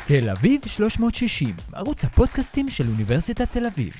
תל אביב 360, ערוץ הפודקאסטים של אוניברסיטת תל אביב.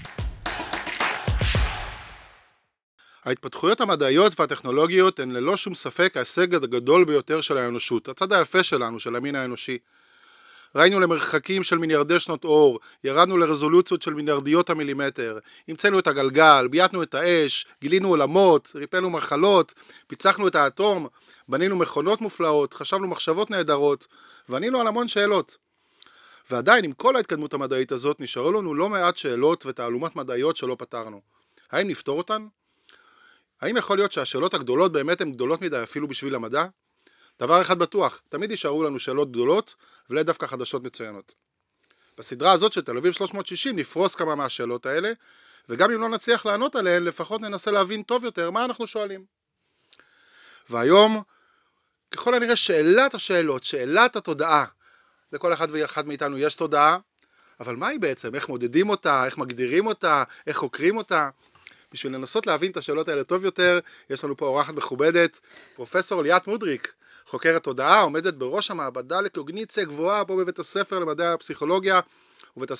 ההתפתחויות המדעיות והטכנולוגיות הן ללא שום ספק ההישג הגדול ביותר של האנושות, הצד היפה שלנו, של המין האנושי. ראינו למרחקים של מיליארדי שנות אור, ירדנו לרזולוציות של מיליארדיות המילימטר, המצאנו את הגלגל, בייתנו את האש, גילינו עולמות, ריפאנו מחלות, פיצחנו את האטום, בנינו מכונות מופלאות, חשבנו מחשבות נהדרות, וענינו על המון שאלות. ועדיין עם כל ההתקדמות המדעית הזאת נשארו לנו לא מעט שאלות ותעלומות מדעיות שלא פתרנו. האם נפתור אותן? האם יכול להיות שהשאלות הגדולות באמת הן גדולות מדי אפילו בשביל המדע? דבר אחד בטוח, תמיד יישארו לנו שאלות גדולות ולא דווקא חדשות מצוינות. בסדרה הזאת של תל אביב 360 נפרוס כמה מהשאלות האלה, וגם אם לא נצליח לענות עליהן, לפחות ננסה להבין טוב יותר מה אנחנו שואלים. והיום, ככל הנראה שאלת השאלות, שאלת התודעה, לכל אחד ואחד מאיתנו יש תודעה, אבל מה היא בעצם? איך מודדים אותה? איך מגדירים אותה? איך חוקרים אותה? בשביל לנסות להבין את השאלות האלה טוב יותר, יש לנו פה אורחת מכובדת, פרופסור ליאת מודריק, חוקרת תודעה, עומדת בראש המעבדה לקוגניציה גבוהה פה בבית הספר למדעי הפסיכולוגיה, ובבית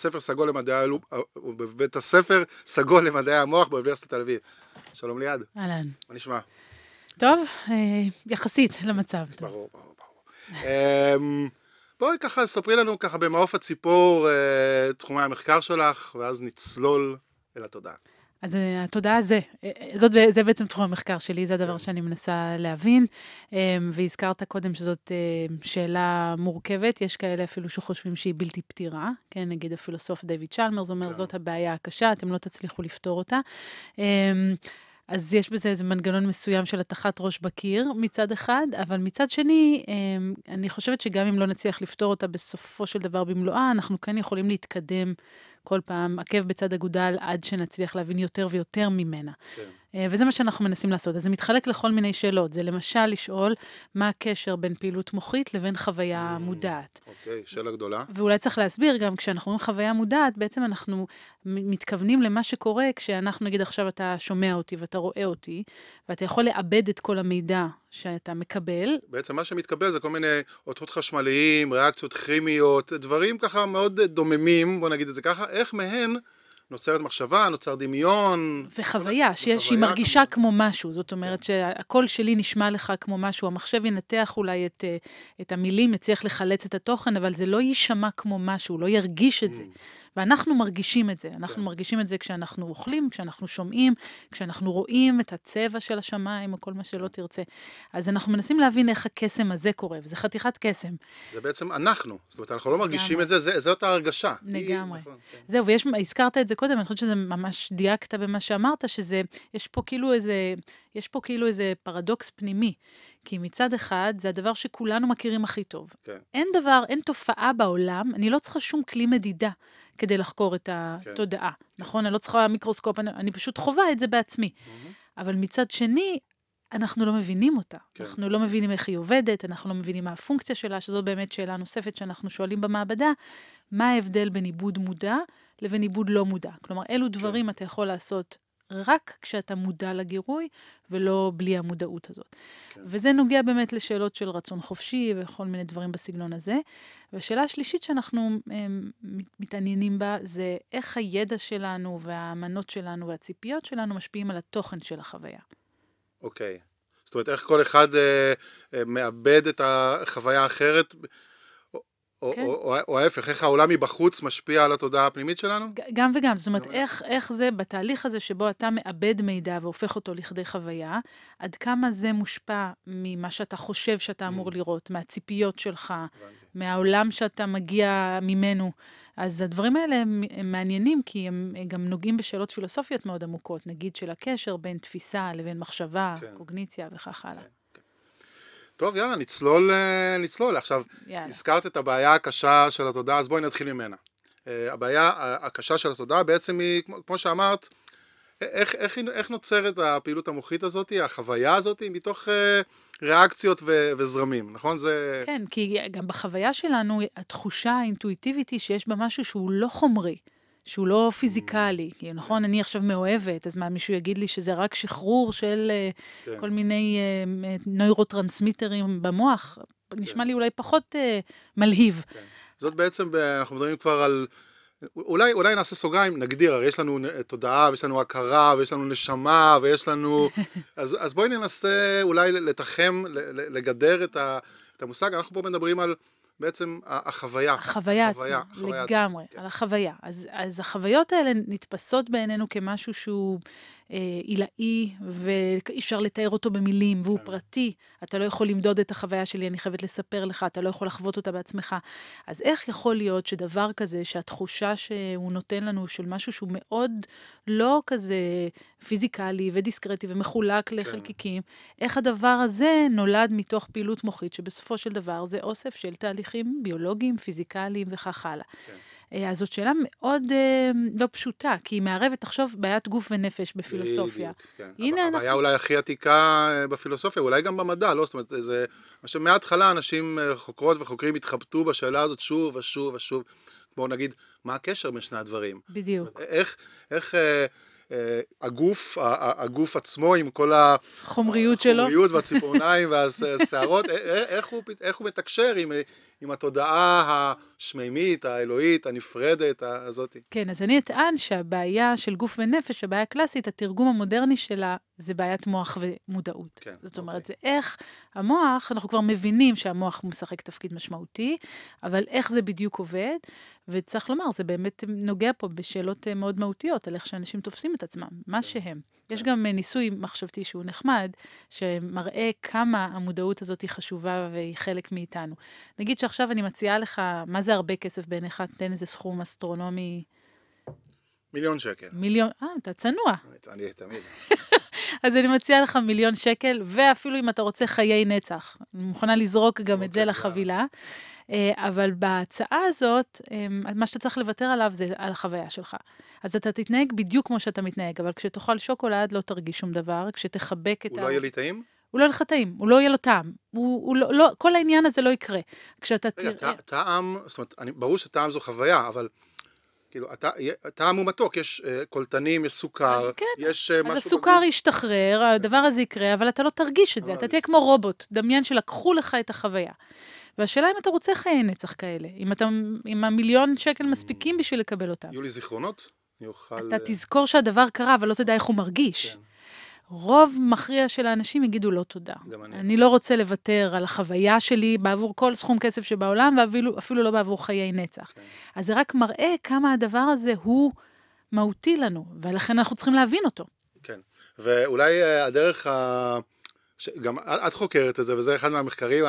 הספר סגול למדעי המוח באוניברסיטת תל אביב. שלום ליאת. אהלן. מה נשמע? טוב, יחסית למצב. ברור. בואי ככה, ספרי לנו ככה במעוף הציפור תחומי המחקר שלך, ואז נצלול אל התודעה. אז התודעה זה בעצם תחום המחקר שלי, זה הדבר שאני מנסה להבין, והזכרת קודם שזאת שאלה מורכבת, יש כאלה אפילו שחושבים שהיא בלתי פתירה, כן, נגיד הפילוסוף דיוויד צ'למרס אומר, זאת הבעיה הקשה, אתם לא תצליחו לפתור אותה. אז יש בזה איזה מנגנון מסוים של התחת ראש בקיר מצד אחד, אבל מצד שני, אני חושבת שגם אם לא נצליח לפתור אותה בסופו של דבר במלואה, אנחנו כן יכולים להתקדם כל פעם, עקב בצד אגודל, עד שנצליח להבין יותר ויותר ממנה. כן. וזה מה שאנחנו מנסים לעשות. אז זה מתחלק לכל מיני שאלות. זה למשל לשאול מה הקשר בין פעילות מוחית לבין חוויה מודעת. אוקיי, שאלה גדולה. ואולי צריך להסביר גם, כשאנחנו אומרים חוויה מודעת, בעצם אנחנו מתכוונים למה שקורה, כשאנחנו נגיד עכשיו אתה שומע אותי ואתה רואה אותי, ואתה יכול לאבד את כל המידע שאתה מקבל. בעצם מה שמתקבל זה כל מיני אותות חשמליים, ריאקציות כימיות, דברים ככה מאוד דוממים, בוא נגיד את זה ככה, איך מהן נוצרת מחשבה, נוצר דמיון. וחוויה, שהיא מרגישה כמו משהו. זאת אומרת שהקול שלי נשמע לך כמו משהו. המחשב ינתח אולי את המילים, יצליח לחלץ את התוכן, אבל זה לא יישמע כמו משהו, לא ירגיש את זה. ואנחנו מרגישים את זה. אנחנו מרגישים את זה כשאנחנו אוכלים, כשאנחנו שומעים, כשאנחנו רואים את הצבע של השמיים, או כל מה שלא תרצה. אז אנחנו מנסים להבין איך הקסם הזה קורה, וזה חתיכת קסם. זה בעצם אנחנו. זאת אומרת, אנחנו לא מרגישים את זה, זאת ההרגשה. לגמרי. זהו, הזכרת את זה קודם, אני חושבת שזה ממש דייקת במה שאמרת, יש פה כאילו איזה פרדוקס פנימי. כי מצד אחד, זה הדבר שכולנו מכירים הכי טוב. אין תופעה בעולם, אני לא צריכה שום כלי מדידה כדי לחקור את התודעה. נכון? אני לא צריכה מיקרוסקופ, אני פשוט חווה את זה בעצמי. אבל מצד שני, אנחנו לא מבינים אותה. אנחנו לא מבינים איך היא עובדת, אנחנו לא מבינים מה הפונקציה שלה, שזאת באמת שאלה נוספת שאנחנו שואלים במעבדה, מה ההבדל בין עיבוד מודע לבין עיבוד לא מודע. כלומר, אילו דברים אתה יכול לעשות רק כשאתה מודע לגירוי, ולא בלי המודעות הזאת. וזה נוגע באמת לשאלות של רצון חופשי, וכל מיני דברים בסגנון הזה. והשאלה השלישית שאנחנו מתעניינים בה, זה איך הידע שלנו, והאמנות שלנו, והציפיות שלנו, משפיעים על התוכן של החוויה. אוקיי. זאת אומרת, איך כל אחד מאבד את החוויה האחרת, או ההפך, איך העולם מבחוץ משפיע על התודעה הפנימית שלנו? גם וגם, זאת אומרת, איך זה בתהליך הזה שבו אתה מאבד מידע והופך אותו לכדי חוויה, עד כמה זה מושפע ממה שאתה חושב שאתה אמור לראות, מהציפיות שלך, מהעולם שאתה מגיע ממנו. אז הדברים האלה הם מעניינים, כי הם גם נוגעים בשאלות פילוסופיות מאוד עמוקות, נגיד של הקשר בין תפיסה לבין מחשבה, קוגניציה וכך הלאה. טוב, יאללה, נצלול. עכשיו, הזכרת את הבעיה הקשה של התודעה, אז בואי נתחיל ממנה. הבעיה הקשה של התודעה בעצם היא, כמו שאמרת, איך נוצרת הפעילות המוחית הזאת, החוויה הזאת, מתוך ריאקציות וזרמים, נכון? כן, כי גם בחוויה שלנו, התחושה האינטואיטיבית היא שיש בה משהו שהוא לא חומרי. שהוא לא פיזיקלי, כי נכון, אני עכשיו מאוהבת, אז מה, מישהו יגיד לי שזה רק שחרור של כל מיני נוירוטרנסמיטרים במוח, נשמע לי אולי פחות מלהיב. זאת בעצם, אנחנו מדברים כבר על, אולי נעשה סוגריים, נגדיר, הרי יש לנו תודעה, ויש לנו הכרה, ויש לנו נשמה, ויש לנו, אז בואי ננסה אולי לתחם, לגדר את המושג, אנחנו פה מדברים על בעצם החוויה. החוויה עצמה, לגמרי, על החוויה. אז החוויות האלה נתפסות בעינינו כמשהו שהוא עילאי, ואי אפשר לתאר אותו במילים, והוא פרטי. אתה לא יכול למדוד את החוויה שלי, אני חייבת לספר לך, אתה לא יכול לחוות אותה בעצמך. אז איך יכול להיות שדבר כזה, שהתחושה שהוא נותן לנו של משהו שהוא מאוד לא כזה פיזיקלי ודיסקרטי ומחולק לחלקיקים, איך הדבר הזה נולד מתוך פעילות מוחית, שבסופו של דבר זה אוסף של תהליכים ביולוגיים, פיזיקליים וכך הלאה. אז זאת שאלה מאוד לא פשוטה, כי היא מערבת, תחשוב, בעיית גוף ונפש בפילוסופיה. הנה אנחנו... הבעיה אולי הכי עתיקה בפילוסופיה, אולי גם במדע, לא? זאת אומרת, זה... מההתחלה אנשים חוקרות וחוקרים התחבטו בשאלה הזאת שוב ושוב ושוב. בואו נגיד, מה הקשר בין שני הדברים? בדיוק. איך הגוף עצמו עם כל החומריות שלו, החומריות והציפורניים והשערות, איך הוא מתקשר עם התודעה השמימית, האלוהית, הנפרדת הזאת. כן, אז אני אטען שהבעיה של גוף ונפש, הבעיה הקלאסית, התרגום המודרני שלה, זה בעיית מוח ומודעות. כן, זאת אומרת, זה איך המוח, אנחנו כבר מבינים שהמוח משחק תפקיד משמעותי, אבל איך זה בדיוק עובד, וצריך לומר, זה באמת נוגע פה בשאלות מאוד מהותיות, על איך שאנשים תופסים את עצמם, מה שהם. יש גם ניסוי מחשבתי שהוא נחמד, שמראה כמה המודעות הזאת היא חשובה והיא חלק מאיתנו. נגיד שעכשיו אני מציעה לך, מה זה הרבה כסף בעיניך? תן איזה סכום אסטרונומי. $1,000,000. אתה צנוע. אני תמיד. אז אני מציעה לך $1,000,000, ואפילו אם אתה רוצה חיי נצח. אני מוכנה לזרוק גם את זה לחבילה. אבל בהצעה הזאת, מה שאתה צריך לוותר עליו זה על החוויה שלך. אז אתה תתנהג בדיוק כמו שאתה מתנהג, אבל כשתאכל שוקולד לא תרגיש שום דבר, כשתחבק את הוא לא יהיה לי טעים? הוא לא יהיה לך טעים, הוא לא יהיה לו טעם. כל העניין הזה לא יקרה. כשאתה תראה... טעם, זאת אומרת, ברור שטעם זו חוויה, אבל כאילו, טעם הוא מתוק, יש קולטנים, יש סוכר, יש משהו... אז הסוכר ישתחרר, הדבר הזה יקרה, אבל אתה לא תרגיש את זה, אתה תהיה כמו רובוט, דמיין שלקחו לך את החוויה. והשאלה אם אתה רוצה חיי נצח כאלה, אם $1,000,000 מספיקים בשביל לקבל אותם. יהיו לי זיכרונות? אתה תזכור שהדבר קרה, אבל לא תדע איך הוא מרגיש. רוב מכריע של האנשים יגידו לא תודה. אני לא רוצה לוותר על החוויה שלי בעבור כל סכום כסף שבעולם, ואפילו לא בעבור חיי נצח. אז זה רק מראה כמה הדבר הזה הוא מהותי לנו, ולכן אנחנו צריכים להבין אותו. כן, ואולי הדרך, גם את חוקרת את זה, וזה אחד מהמחקרים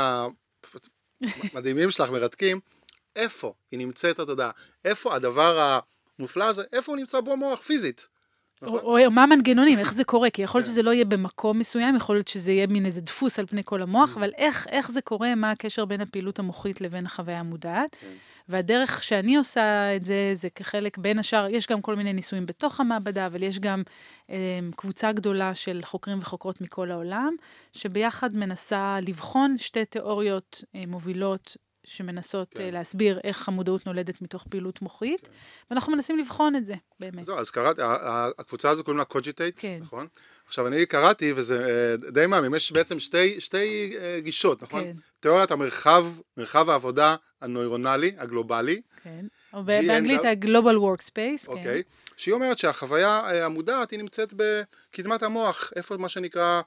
המדהימים שלך, מרתקים, איפה היא נמצאת התודעה? איפה הדבר המופלא הזה? איפה הוא נמצא בו מוח פיזית? או מה המנגנונים, איך זה קורה, כי יכול להיות שזה לא יהיה במקום מסוים, יכול להיות שזה יהיה מין איזה דפוס על פני כל המוח, אבל איך זה קורה, מה הקשר בין הפעילות המוחית לבין החוויה המודעת, והדרך שאני עושה את זה, זה כחלק בין השאר, יש גם כל מיני ניסויים בתוך המעבדה, אבל יש גם קבוצה גדולה של חוקרים וחוקרות מכל העולם, שביחד מנסה לבחון שתי תיאוריות מובילות, שמנסות להסביר איך המודעות נולדת מתוך פעילות מוחית, ואנחנו מנסים לבחון את זה, באמת. זהו, אז קראתי, הקבוצה הזו קוראים לה קוג'יטייט, נכון? עכשיו, אני קראתי, וזה די מאמין, יש בעצם שתי גישות, נכון? תיאוריית מרחב העבודה הנוירונלי, הגלובלי. כן, או באנגלית ה-Global Workspace. אוקיי, שהיא אומרת שהחוויה המודעת היא נמצאת בקדמת המוח, איפה מה שנקרא...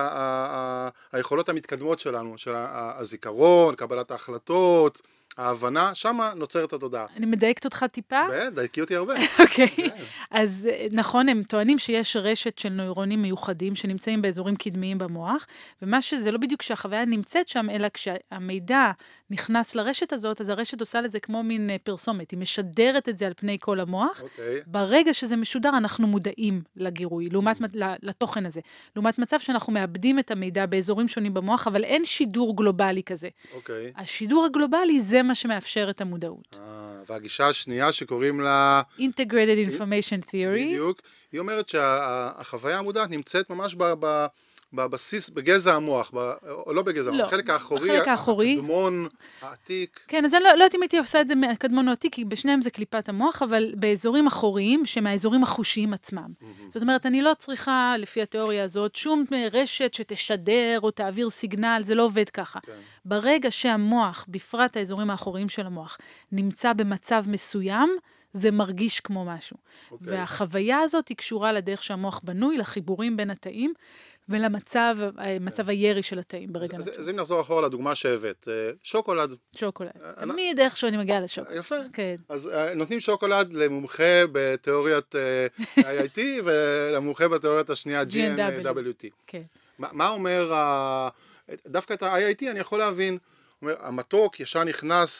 היכולות המתקדמות שלנו, של הזיכרון, קבלת ההחלטות, ההבנה, שמה נוצרת התודעה. אני מדייקת אותך טיפה? דייקי אותי הרבה. אוקיי. אז נכון, הם טוענים שיש רשת של נוירונים מיוחדים שנמצאים באזורים קדמיים במוח, ומה שזה לא בדיוק שהחוויה נמצאת שם, אלא כשהמידע נכנס לרשת הזאת, אז הרשת עושה לזה כמו מין פרסומת, היא משדרת את זה על פני כל המוח. ברגע שזה משודר, אנחנו מודעים לגירוי, לתוכן הזה. לעומת מצב שאנחנו מאבדים את המידע באזורים שונים במוח, אבל אין שידור גלובלי כזה. השידור הגלובלי זה מה שמאפשר את המודעות. והגישה השנייה שקוראים לה... Integrated Information Theory. בדיוק. היא אומרת שהחוויה המודעת נמצאת ממש בבסיס, בגזע המוח, או לא בגזע המוח, בחלק האחורי, הקדמון, העתיק. כן, אז אני לא יודעת אם הייתי עושה את זה מהקדמון או עתיק, כי בשניהם זה קליפת המוח, אבל באזורים אחוריים, שמהאזורים החושיים עצמם. זאת אומרת, אני לא צריכה, לפי התיאוריה הזאת, שום רשת שתשדר או תעביר סיגנל, זה לא עובד ככה. ברגע שהמוח, בפרט האזורים האחוריים של המוח, נמצא במצב מסוים, זה מרגיש כמו משהו. והחוויה הזאת היא קשורה לדרך שהמוח בנוי, לחיבורים בין התאים, ולמצב הירי של התאים ברגע נתון. אז אם נחזור אחורה לדוגמה שהבאת, שוקולד. שוקולד. תמיד איכשהו אני מגיעה לשוקולד. יפה. כן. אז נותנים שוקולד למומחה בתיאוריית IIT, ולמומחה בתיאוריית השנייה GNWT. כן. מה אומר, דווקא את ה-IIT אני יכול להבין, המתוק ישר נכנס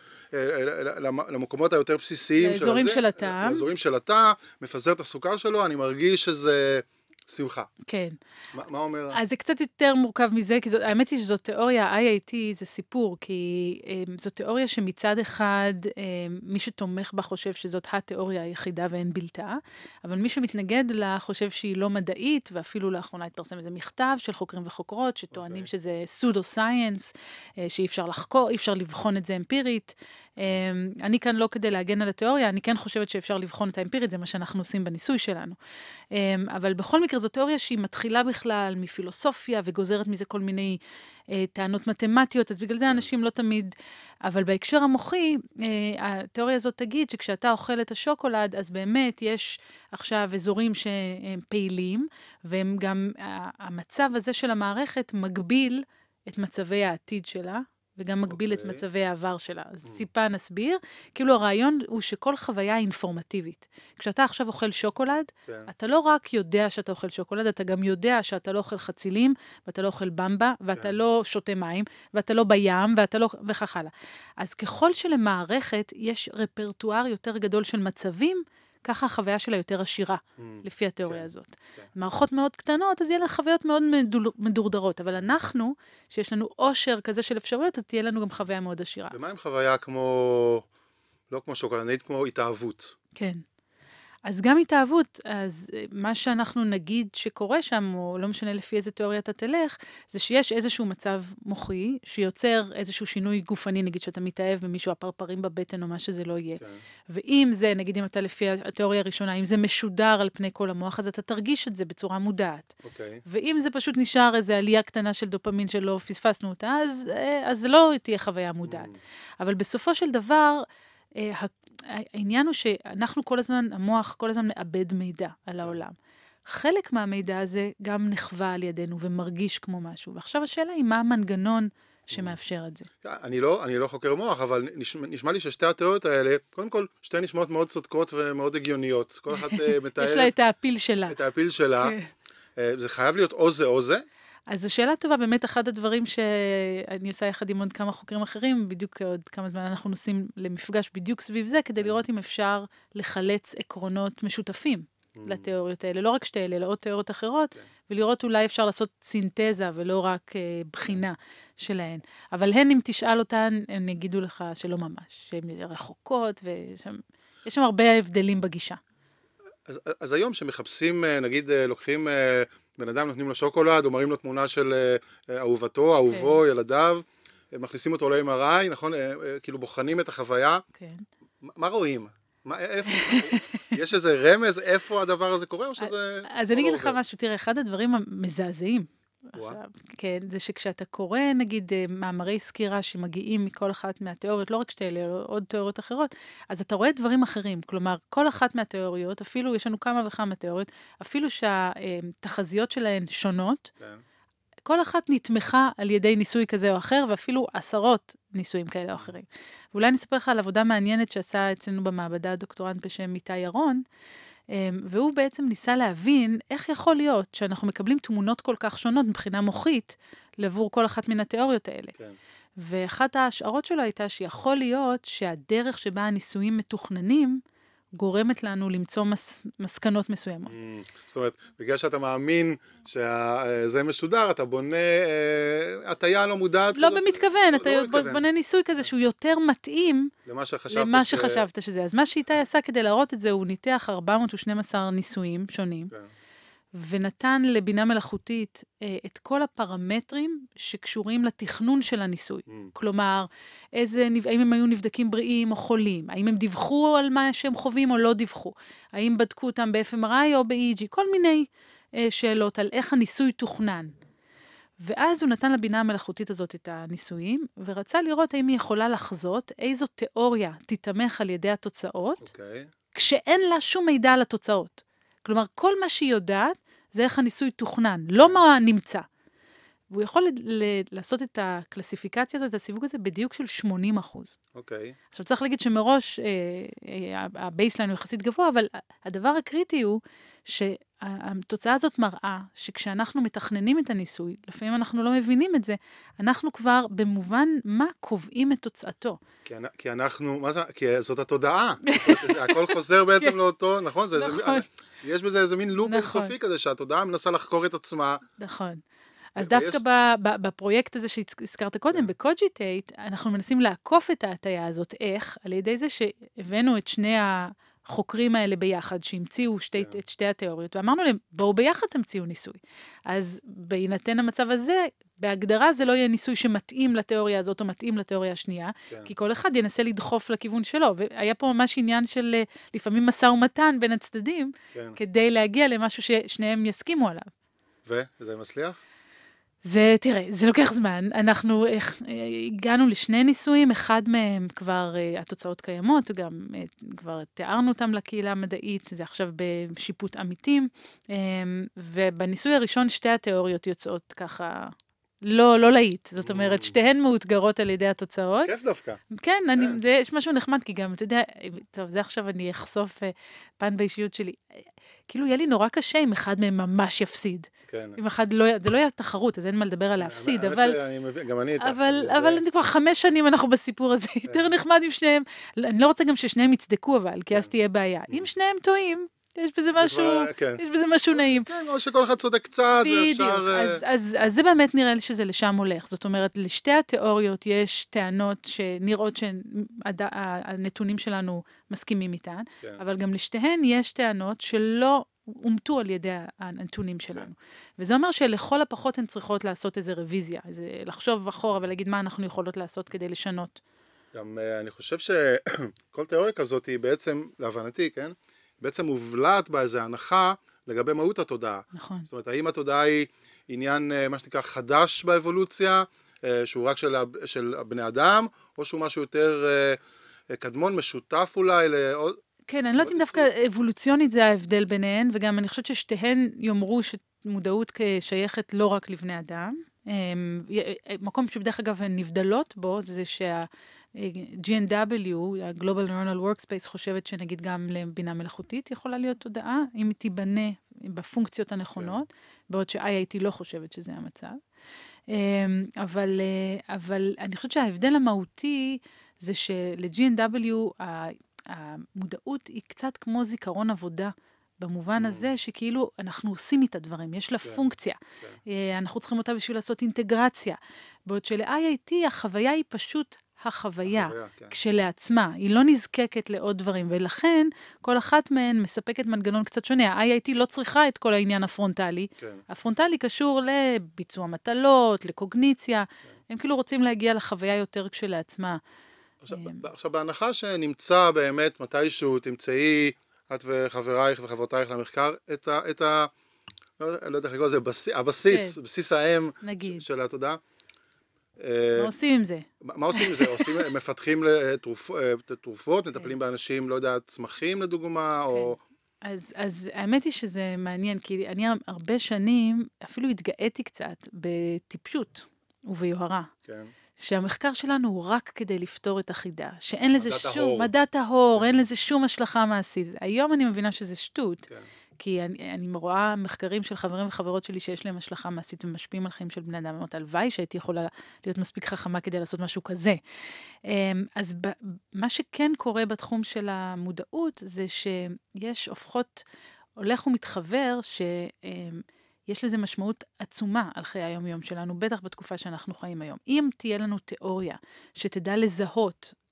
למקומות היותר בסיסיים של לאזורים של התא. לאזורים של התא, מפזר את הסוכר שלו, אני מרגיש שזה שמחה. כן. מה אומר? אז זה קצת יותר מורכב מזה, כי האמת היא שזאת תיאוריה, IIT זה סיפור, כי זו תיאוריה שמצד אחד, מי שתומך בה חושב שזאת התיאוריה היחידה ואין בלתה, אבל מי שמתנגד לה חושב שהיא לא מדעית, ואפילו לאחרונה התפרסם איזה מכתב של חוקרים וחוקרות, שטוענים שזה סודו-סייאנס, שאי אפשר לחקור, אי אפשר לבחון את זה אמפירית. אני כאן לא כדי להגן על התיאוריה, אני כן חושבת שאפשר לבחון את האמפירית, זה מה שאנחנו עושים בניסוי שלנו. אבל בכל מקרה זו תיאוריה שהיא מתחילה בכלל מפילוסופיה וגוזרת מזה כל מיני טענות מתמטיות, אז בגלל זה אנשים לא תמיד, אבל בהקשר המוחי, התיאוריה הזאת תגיד שכשאתה אוכל את השוקולד, אז באמת יש עכשיו אזורים שהם פעילים, והם גם, המצב הזה של המערכת מגביל את מצבי העתיד שלה, וגם מגביל את מצבי העבר שלה. אז טיפה נסביר. כאילו הרעיון הוא שכל חוויה היא אינפורמטיבית. כשאתה עכשיו אוכל שוקולד, אתה לא רק יודע שאתה אוכל שוקולד, אתה גם יודע שאתה לא אוכל חצילים, ואתה לא אוכל במבה, ואתה לא שותה מים, ואתה לא בים, ואתה לא... וכך הלאה. אז ככל שלמערכת יש רפרטואר יותר גדול של מצבים, ככה החוויה שלה יותר עשירה, לפי התיאוריה הזאת. מערכות מאוד קטנות, אז יהיה לה חוויות מאוד מדורדרות, אבל אנחנו, שיש לנו עושר כזה של אפשרויות, אז תהיה לנו גם חוויה מאוד עשירה. ומה עם חוויה כמו, לא כמו שוקולנית, כמו התאהבות? כן. אז גם התאהבות, אז מה שאנחנו נגיד שקורה שם, או לא משנה לפי איזה תיאוריה אתה תלך, זה שיש איזשהו מצב מוחי, שיוצר איזשהו שינוי גופני, נגיד שאתה מתאהב במישהו הפרפרים בבטן, או מה שזה לא יהיה. ואם זה, נגיד אם אתה לפי התיאוריה הראשונה, אם זה משודר על פני כל המוח, אז אתה תרגיש את זה בצורה מודעת. ואם זה פשוט נשאר איזו עלייה קטנה של דופמין שלא פספסנו אותה, אז לא תהיה חוויה מודעת. אבל בסופו של דבר, העניין הוא שאנחנו כל הזמן, המוח כל הזמן מאבד מידע על העולם. חלק מהמידע הזה גם נחווה על ידינו ומרגיש כמו משהו. ועכשיו השאלה היא מה המנגנון שמאפשר את זה. אני לא חוקר מוח, אבל נשמע לי ששתי התיאוריות האלה, קודם כל, שתי נשמעות מאוד צודקות ומאוד הגיוניות. כל אחת מתארת... יש לה את האפיל שלה. את האפיל שלה. זה חייב להיות או זה או זה. אז זו שאלה טובה, באמת אחד הדברים שאני עושה יחד עם עוד כמה חוקרים אחרים, בדיוק עוד כמה זמן אנחנו נוסעים למפגש בדיוק סביב זה, כדי לראות אם אפשר לחלץ עקרונות משותפים לתיאוריות האלה, לא רק שתי אלה, אלא עוד תיאוריות אחרות, ולראות אולי אפשר לעשות סינתזה ולא רק בחינה שלהן. אבל הן, אם תשאל אותן, הן יגידו לך שלא ממש, שהן רחוקות, ויש שם הרבה הבדלים בגישה. אז היום שמחפשים, נגיד, לוקחים... בן אדם נותנים לו שוקולד, או מראים לו תמונה של אהובתו, אהובו, ילדיו, מכניסים אותו ל-MRI, נכון? כאילו בוחנים את החוויה. כן. מה רואים? יש איזה רמז איפה הדבר הזה קורה, או שזה... אז אני אגיד לך משהו, תראה, אחד הדברים המזעזעים, עכשיו, כן, זה שכשאתה קורא, נגיד, מאמרי סקירה שמגיעים מכל אחת מהתיאוריות, לא רק שתי אלה, אלא עוד תיאוריות אחרות, אז אתה רואה דברים אחרים. כלומר, כל אחת מהתיאוריות, אפילו יש לנו כמה וכמה תיאוריות, אפילו שהתחזיות שלהן שונות, כל אחת נתמכה על ידי ניסוי כזה או אחר, ואפילו עשרות ניסויים כאלה או אחרים. ואולי נספר לך על עבודה מעניינת שעשה אצלנו במעבדה דוקטורנט בשם איתי ירון, והוא בעצם ניסה להבין איך יכול להיות שאנחנו מקבלים תמונות כל כך שונות מבחינה מוחית לעבור כל אחת מן התיאוריות האלה. כן. ואחת ההשערות שלו הייתה שיכול להיות שהדרך שבה הניסויים מתוכננים גורמת לנו למצוא מסקנות מסוימות. זאת אומרת, בגלל שאתה מאמין שזה משודר, אתה בונה הטיה לא מודעת. לא במתכוון, אתה בונה ניסוי כזה שהוא יותר מתאים למה שחשבת שזה. אז מה שאיתי עשה כדי להראות את זה, הוא ניתח 412 ניסויים שונים, ונתן לבינה מלאכותית את כל הפרמטרים שקשורים לתכנון של הניסוי. כלומר, האם הם היו נבדקים בריאים או חולים, האם הם דיווחו על מה שהם חווים או לא דיווחו, האם בדקו אותם ב-FMRI או ב-EEG, כל מיני שאלות על איך הניסוי תוכנן. ואז הוא נתן לבינה המלאכותית הזאת את הניסויים, ורצה לראות האם היא יכולה לחזות איזו תיאוריה תתמך על ידי התוצאות, כשאין לה שום מידע על התוצאות. כלומר, כל מה שהיא יודעת זה איך הניסוי תוכנן, לא מה נמצא. והוא יכול לעשות את הקלסיפיקציה הזאת, את הסיווג הזה, בדיוק של 80%. אוקיי. עכשיו צריך להגיד שמראש הבייסליין הוא יחסית גבוה, אבל הדבר הקריטי הוא שהתוצאה הזאת מראה שכשאנחנו מתכננים את הניסוי, לפעמים אנחנו לא מבינים את זה, אנחנו כבר במובן מה קובעים את תוצאתו. כי אנחנו, מה זה? כי זאת התודעה. הכל חוזר בעצם לאותו, נכון? יש בזה איזה מין לופ אינסופי כזה, שהתודעה מנסה לחקור את עצמה. נכון. אז דווקא בפרויקט הזה שהזכרת קודם, בקוג'יטייט, אנחנו מנסים לעקוף את ההטיה הזאת. איך? על ידי זה שהבאנו את שני החוקרים האלה ביחד, שהמציאו את שתי התיאוריות, ואמרנו להם, בואו ביחד תמציאו ניסוי. אז בהינתן המצב הזה, בהגדרה זה לא יהיה ניסוי שמתאים לתיאוריה הזאת, או מתאים לתיאוריה השנייה, כי כל אחד ינסה לדחוף לכיוון שלו. והיה פה ממש עניין של לפעמים משא ומתן בין הצדדים, כדי להגיע למשהו ששניהם יסכימו עליו. וזה מצליח? תראה, זה לוקח זמן. אנחנו הגענו לשני ניסויים, אחד מהם כבר התוצאות קיימות, גם כבר תיארנו אותם לקהילה המדעית, זה עכשיו בשיפוט עמיתים, ובניסוי הראשון שתי התיאוריות יוצאות ככה לא להיט. זאת אומרת, שתיהן מאותגרות על ידי התוצאות. כיף דווקא. כן, יש משהו נחמד, כי גם, אתה יודע, טוב, זה עכשיו אני אחשוף פן באישיות שלי. כאילו, יהיה לי נורא קשה אם אחד מהם ממש יפסיד. כן. אם אחד לא, זה לא יהיה תחרות, אז אין מה לדבר על להפסיד, אבל... גם אני איתך. אבל כבר 5 שנים אנחנו בסיפור הזה, יותר נחמד עם שניהם. אני לא רוצה גם ששניהם יצדקו, אבל, כי אז תהיה בעיה. אם שניהם טועים, יש בזה משהו נעים. כן, או שכל אחד צודק קצת, בדיוק, אז זה באמת נראה לי שזה לשם הולך. זאת אומרת, לשתי התיאוריות יש טענות שנראות שהנתונים שלנו מסכימים איתן, אבל גם לשתיהן יש טענות שלא אומתו על ידי הנתונים שלנו. וזה אומר שלכל הפחות הן צריכות לעשות איזו רוויזיה, לחשוב אחורה ולהגיד מה אנחנו יכולות לעשות כדי לשנות. גם אני חושב שכל תיאוריה כזאת היא בעצם, להבנתי, כן? בעצם מובלעת באיזו הנחה לגבי מהות התודעה. נכון. זאת אומרת, האם התודעה היא עניין, מה שנקרא, חדש באבולוציה, שהוא רק של בני אדם, או שהוא משהו יותר קדמון, משותף אולי לעוד... כן, אני לא יודעת אם דווקא אבולוציונית זה ההבדל ביניהן, וגם אני חושבת ששתיהן יאמרו שמודעות כשייכת לא רק לבני אדם. מקום שבדרך אגב הן נבדלות בו, זה GNW, ה-Global Neural Workspace, חושבת שנגיד גם לבינה מלאכותית יכולה להיות תודעה, אם היא תיבנה בפונקציות הנכונות, בעוד ש-IIT לא חושבת שזה המצב. אבל אני חושבת שההבדל המהותי זה של-GNW המודעות היא קצת כמו זיכרון עבודה, במובן הזה שכאילו אנחנו עושים איתה דברים, יש לה פונקציה. אנחנו צריכים אותה בשביל לעשות אינטגרציה. בעוד של-IIT החוויה היא פשוט החוויה כשלעצמה, היא לא נזקקת לעוד דברים, ולכן כל אחת מהן מספקת מנגנון קצת שונה. ה-IIT לא צריכה את כל העניין הפרונטלי. הפרונטלי קשור לביצוע מטלות, לקוגניציה, הם כאילו רוצים להגיע לחוויה יותר כשלעצמה. עכשיו, בהנחה שנמצא באמת מתישהו, תמצאי את וחברייך וחברותייך למחקר, לא יודע איך לקרוא לזה, בסיס האם של התודעה. מה עושים עם זה? מה עושים עם זה? מפתחים תרופות, מטפלים באנשים, לא יודע, צמחים לדוגמה, או... אז האמת היא שזה מעניין, כי אני הרבה שנים אפילו התגאיתי קצת בטיפשות וביוהרה. כן. שהמחקר שלנו הוא רק כדי לפתור את החידה, שאין לזה שום, מדע טהור, אין לזה שום השלכה מעשית. היום אני מבינה שזה שטות, כי אני רואה מחקרים של חברים וחברות שלי שיש להם השלכה מעשית ומשפיעים על חיים של בני אדם, אמרת, הלוואי שהייתי יכולה להיות מספיק חכמה כדי לעשות משהו כזה. אז מה שכן קורה בתחום של המודעות, זה שיש הולך ומתחבר יש לזה משמעות עצומה על חיי היום-יום שלנו, בטח בתקופה שאנחנו חיים היום. אם תהיה לנו תיאוריה שתדע לזהות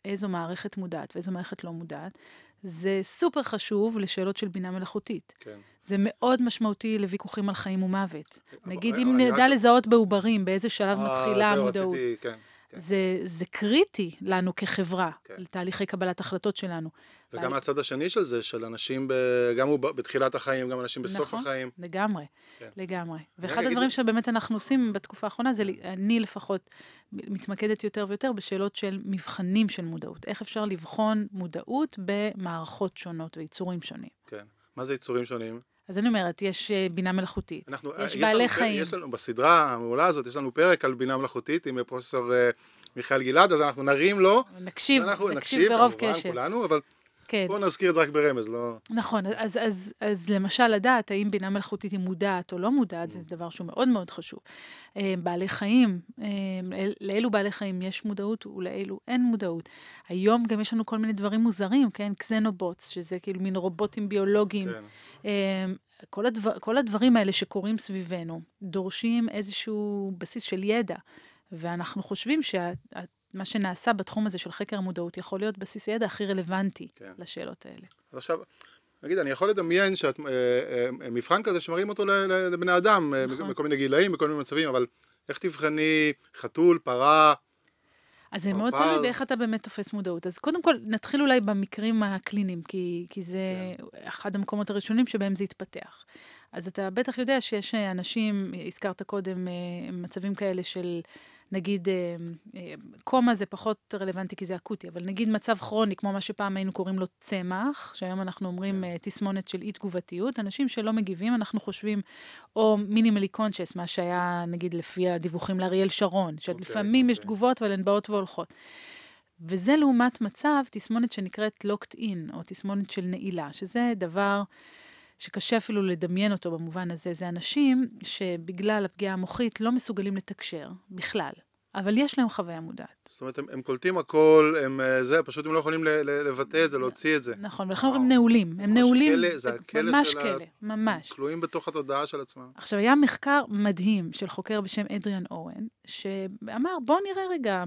איזו מערכת מודעת ואיזו מערכת לא מודעת, זה סופר חשוב לשאלות של בינה מלאכותית. כן. זה מאוד משמעותי לוויכוחים על חיים ומוות. נגיד, אבל אם אני נדע רק- לזהות בעוברים, באיזה שלב מתחילה זהו, המודעות. רציתי, כן. זה קריטי לנו כחברה, כן. לתהליכי קבלת החלטות שלנו. וגם מהצד השני של זה, של אנשים, גם הוא בתחילת החיים, גם אנשים בסוף נכון, החיים. לגמרי, כן. לגמרי. ואחד אגיד- הדברים שבאמת אנחנו עושים בתקופה האחרונה, זה אני לפחות מתמקדת יותר ויותר בשאלות של מבחנים של מודעות. איך אפשר לבחון מודעות במערכות שונות ויצורים שונים. כן. מה זה יצורים שונים? אז אני אומרת, יש בינה מלאכותית, יש יש בעלי לנו- חיים. יש לנו, בסדרה המעולה הזאת, יש לנו פרק על בינה מלאכותית עם פרופסור מיכאל גלעד, אז אנחנו נרים לו. נקשיב אנחנו ברוב כמובן, קשב. כולנו, אבל כן. בואו נזכיר את זה רק ברמז, לא... נכון, אז למשל לדעת האם בינה מלאכותית היא מודעת או לא מודעת, זה דבר שהוא מאוד מאוד חשוב. בעלי חיים, לאילו בעלי חיים יש מודעות ולאילו אין מודעות. היום גם יש לנו כל מיני דברים מוזרים, כן? קסנובוטס, שזה כאילו מין רובוטים ביולוגיים. כן. כל הדברים האלה שקורים סביבנו, דורשים איזשהו בסיס של ידע, ואנחנו חושבים מה שנעשה בתחום הזה של חקר המודעות יכול להיות בסיס ידע הכי רלוונטי כן. לשאלות האלה. אז עכשיו, נגיד, אני יכול לדמיין מבחן כזה שמראים אותו לבני אדם, נכון. בכל מיני גילאים, בכל מיני מצבים, אבל איך תבחני חתול, פרה, אז זה מאוד פרפר? תלוי באיך אתה באמת תופס מודעות. אז קודם כל, נתחיל אולי במקרים הקליניים, כי זה אחד המקומות הראשונים שבהם זה התפתח. אז אתה בטח יודע שיש אנשים, הזכרת קודם, מצבים כאלה של, נגיד, קומה זה פחות רלוונטי כי זה אקוטי, אבל נגיד מצב כרוני, כמו מה שפעם היינו קוראים לו צמח, שהיום אנחנו אומרים תסמונת של אי תגובתיות, אנשים שלא מגיבים, אנחנו חושבים, או מינימלי קונשס, מה שהיה, נגיד, לפי הדיווחים לאריאל שרון, שלפעמים יש תגובות, אבל הן באות והולכות. וזה לעומת מצב, תסמונת שנקראת locked in, או תסמונת של נעילה, שזה דבר שקשה אפילו לדמיין אותו במובן הזה. זה אנשים שבגלל הפגיעה המוחית לא מסוגלים לתקשר בכלל, אבל יש להם חוויה מודעת. זאת אומרת, הם קולטים הכל, פשוט הם לא יכולים לבטא את זה, להוציא את זה. נכון, ולכן אומרים נעולים. הם ממש נעולים, כלא, זה הכלא ממש של כלא, ממש. כלואים בתוך התודעה של עצמם. עכשיו, היה מחקר מדהים של חוקר בשם אדריאן אורן, שאמר, בוא נראה רגע,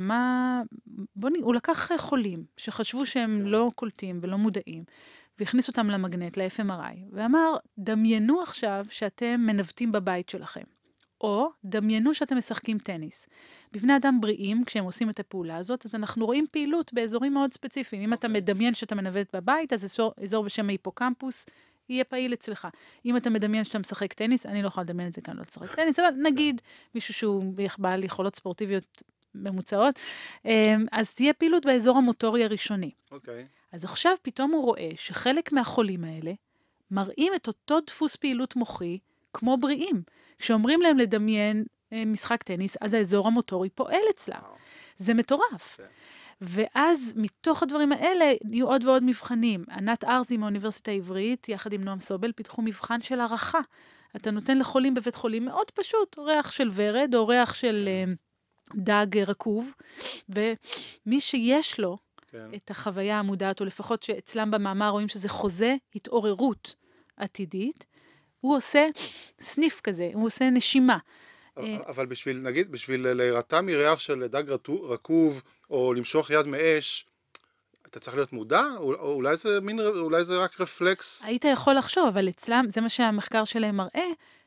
הוא לקח חולים שחשבו שהם לא קולטים ולא מודעים, והכניס אותם למגנט, ל-FMRI, ואמר, דמיינו עכשיו שאתם מנווטים בבית שלכם, או דמיינו שאתם משחקים טניס. בבני אדם בריאים, כשהם עושים את הפעולה הזאת, אז אנחנו רואים פעילות באזורים מאוד ספציפיים. אם אתה מדמיין שאתה מנווט בבית, אז אזור בשם ההיפוקמפוס יהיה פעיל אצלך. אם אתה מדמיין שאתה משחק טניס, אני לא יכולה לדמיין את זה כאן, לא לשחק טניס, אבל נגיד מישהו שהוא בעל יכולות ספורטיביות ממוצעות, אז תהיה פעילות באזור המוטורי הראשוני. אוקיי. אז עכשיו פתאום הוא רואה שחלק מהחולים האלה מראים את אותו דפוס פעילות מוחי כמו בריאים. כשאומרים להם לדמיין משחק טניס, אז האזור המוטורי פועל אצלם. זה מטורף. ואז מתוך הדברים האלה יהיו עוד ועוד מבחנים. ענת ארזי מהאוניברסיטה העברית, יחד עם נועם סובל, פיתחו מבחן של הערכה. אתה נותן לחולים בבית חולים מאוד פשוט, ריח של ורד או ריח של דג רקוב, ומי שיש לו את החוויה המודעת, או לפחות שאצלם במאמר רואים שזה חוזה התעוררות עתידית, הוא עושה סניף כזה, הוא עושה נשימה. אבל בשביל להירתע מריח של דג רקוב, או למשוך יד מאש, אתה צריך להיות מודע? או אולי זה רק רפלקס? היית יכול לחשוב, אבל אצלם, זה מה שהמחקר שלהם מראה,